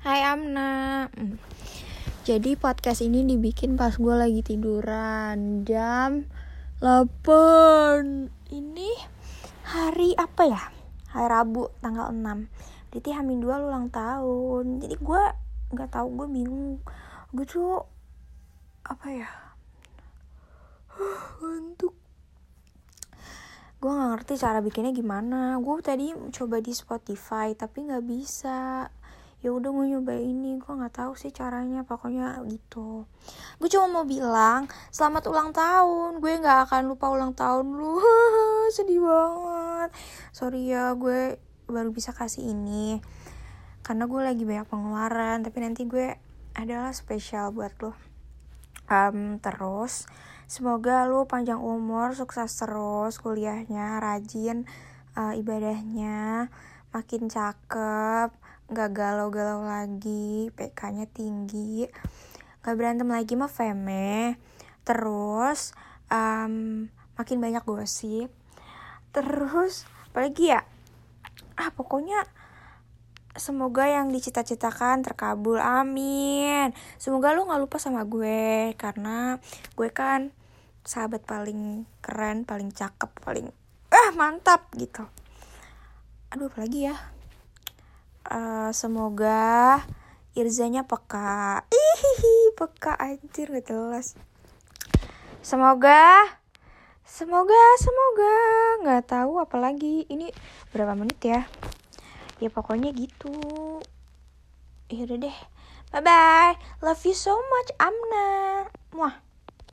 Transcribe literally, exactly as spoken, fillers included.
Hai Amna. Hmm. Jadi podcast ini dibikin pas gue lagi tiduran jam delapan. Ini hari apa ya? Hari Rabu tanggal enam. Berarti H minus dua lu ulang tahun. Jadi gue gak tahu, gue bingung. Gue tuh apa ya? Ngantuk. Gue gak ngerti cara bikinnya gimana. Gue tadi coba di Spotify tapi gak bisa. Ya udah gue nyoba ini, gue nggak tahu sih caranya, pokoknya gitu. Gue cuma mau bilang selamat ulang tahun, gue nggak akan lupa ulang tahun lu. Sedih banget, sorry ya, gue baru bisa kasih ini karena gue lagi banyak pengeluaran, tapi nanti gue adalah spesial buat lo. Um, terus semoga lo panjang umur, sukses terus kuliahnya, rajin uh, ibadahnya, makin cakep, gak galau-galau lagi, P K-nya tinggi, gak berantem lagi sama Feme, terus um, makin banyak gosip, terus apalagi ya, ah pokoknya semoga yang dicita-citakan terkabul, amin. Semoga lu gak lupa sama gue, karena gue kan sahabat paling keren, paling cakep, paling ah mantap gitu. Aduh apalagi ya, Uh, semoga Irzanya peka. Ihihi, peka anjir gak jelas. Semoga Semoga Semoga gak tahu apalagi. Ini berapa menit ya? Ya pokoknya gitu. Ya udah deh. Bye bye. Love you so much Amna. Muah.